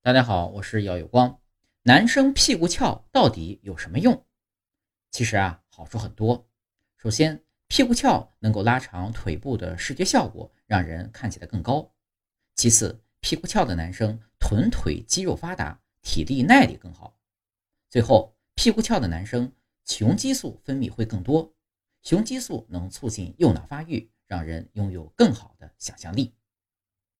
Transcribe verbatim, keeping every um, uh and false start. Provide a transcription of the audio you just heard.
大家好，我是姚有光。男生屁股翘到底有什么用？其实啊，好处很多。首先，屁股翘能够拉长腿部的视觉效果，让人看起来更高。其次，屁股翘的男生臀腿肌肉发达，体力耐力更好。最后，屁股翘的男生雄激素分泌会更多，雄激素能促进右脑发育，让人拥有更好的想象力。